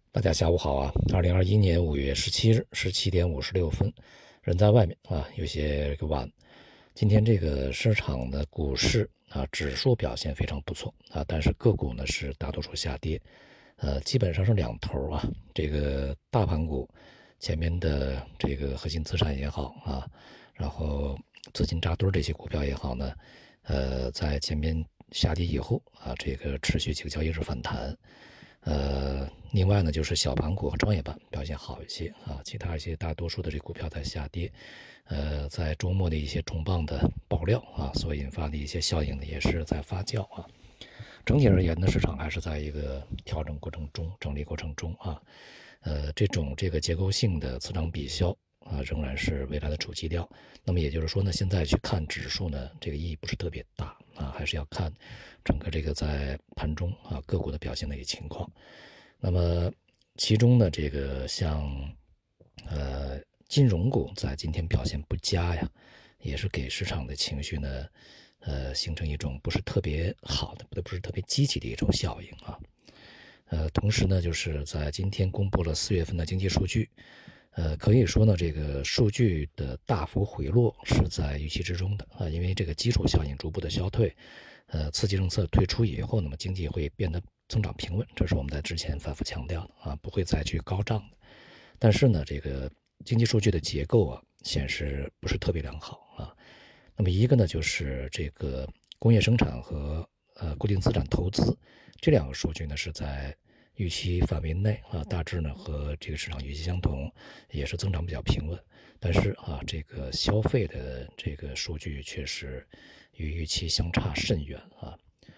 大家下午好啊！2021年5月17日17点56分，人在外面啊，有些晚。今天这个市场的股市啊，指数表现非常不错啊，但是个股呢是大多数下跌，基本上是两头啊。这个大盘股前面的这个核心资产也好啊，然后资金扎堆这些股票也好呢，在前面下跌以后啊，这个持续几个交易日反弹。另外呢，就是小盘股和创业板表现好一些啊，其他一些大多数的这股票在下跌。在周末的一些重磅的爆料啊，所引发的一些效应呢，也是在发酵啊。整体而言呢，市场还是在一个调整过程中、整理过程中啊。这个结构性的此涨彼消啊，仍然是未来的主基调。那么也就是说呢，现在去看指数呢，这个意义不是特别大啊，还是要看整个这个在盘中啊个股的表现的一个情况。那么其中呢，这个像金融股在今天表现不佳呀，也是给市场的情绪呢，形成一种不是特别好的、不是特别积极的一种效应啊。同时呢，就是在今天公布了4月份的经济数据，可以说呢，这个数据的大幅回落是在预期之中的啊，因为这个基础效应逐步的消退，刺激政策退出以后，那么经济会变得增长平稳，这是我们在之前反复强调的啊，不会再去高涨的。但是呢，这个经济数据的结构啊，显示不是特别良好啊。那么一个呢，就是这个工业生产和固定资产投资这两个数据呢是在预期范围内啊，大致呢和这个市场预期相同，也是增长比较平稳。但是啊，这个消费的这个数据却是与预期相差甚远啊，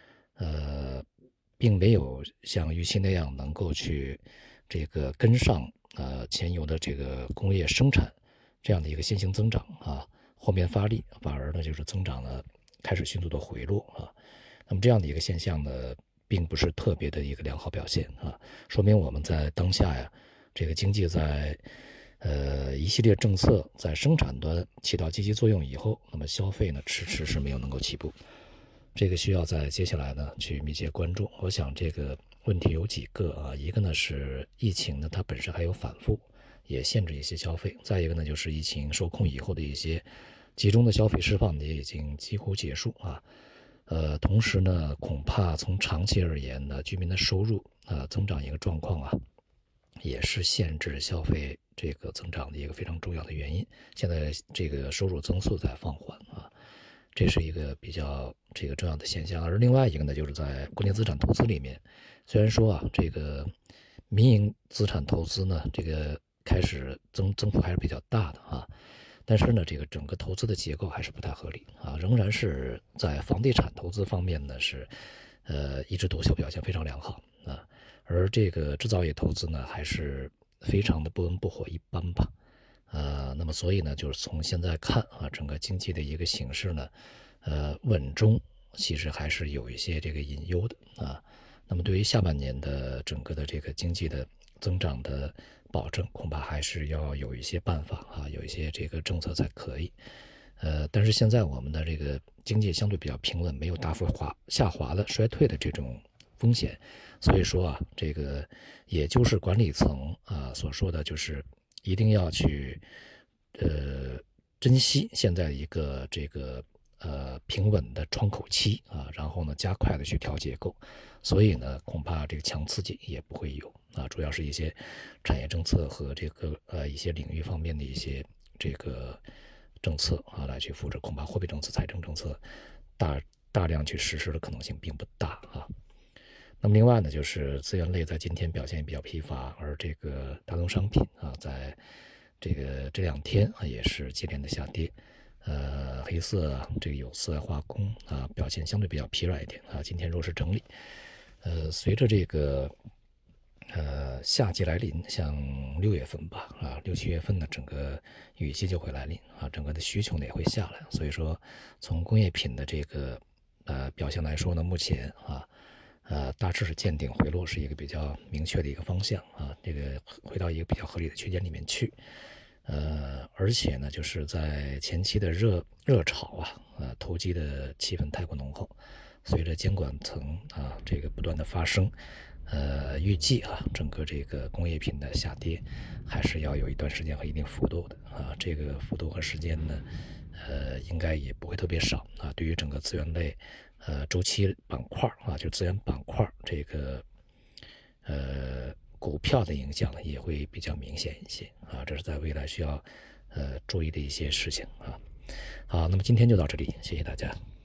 并没有像预期那样能够去这个跟上前游的这个工业生产这样的一个线性增长啊，后面发力，反而呢就是增长呢开始迅速的回落啊。那么这样的一个现象呢，并不是特别的一个良好表现啊，说明我们在当下呀，这个经济在一系列政策在生产端起到积极作用以后，那么消费呢迟迟是没有能够起步。这个需要在接下来呢去密切关注。我想这个问题有几个啊，一个呢是疫情呢它本身还有反复，也限制一些消费；再一个呢就是疫情受控以后的一些集中的消费释放也已经几乎结束啊。同时呢，恐怕从长期而言呢，居民的收入增长一个状况啊，也是限制消费这个增长的一个非常重要的原因。现在这个收入增速在放缓啊。这是一个比较这个重要的现象，而另外一个呢，就是在固定资产投资里面，虽然说啊，这个民营资产投资呢，这个开始增幅还是比较大的啊，但是呢，这个整个投资的结构还是不太合理啊，仍然是在房地产投资方面呢是一枝独秀，表现非常良好啊，而这个制造业投资呢，还是非常的不温不火，一般吧。那么所以呢，就是从现在看啊，整个经济的一个形势呢，稳中其实还是有一些这个隐忧的啊。那么对于下半年的整个的这个经济的增长的保证，恐怕还是要有一些办法啊，有一些这个政策才可以。但是现在我们的这个经济相对比较平稳，没有大幅下滑的衰退的这种风险，所以说啊，这个也就是管理层啊所说的，就是一定要去珍惜现在一个这个平稳的窗口期啊，然后呢加快的去调结构，所以呢恐怕这个强刺激也不会有啊，主要是一些产业政策和这个一些领域方面的一些这个政策啊来去扶持，恐怕货币政策、财政政策大量去实施的可能性并不大啊。那么另外呢，就是资源类在今天表现也比较疲乏，而这个大宗商品啊，在这两天啊也是接连的下跌。黑色啊，这个有色化工啊表现相对比较疲软一点啊，今天弱势整理。随着这个夏季来临，像6月份吧啊，6、7月份呢，整个雨季就会来临啊，整个的需求呢也会下来。所以说，从工业品的这个表现来说呢，目前啊。大致是见顶回落是一个比较明确的一个方向啊，这个回到一个比较合理的区间里面去。而且呢，就是在前期的热炒啊，投机的气氛太过浓厚，随着监管层啊这个不断的发生， 预计整个这个工业品的下跌还是要有一段时间和一定幅度的这个幅度和时间呢，应该也不会特别少对于整个资源类周期板块就资源板块这个股票的影响呢也会比较明显一些这是在未来需要注意的一些事情好，那么今天就到这里，谢谢大家。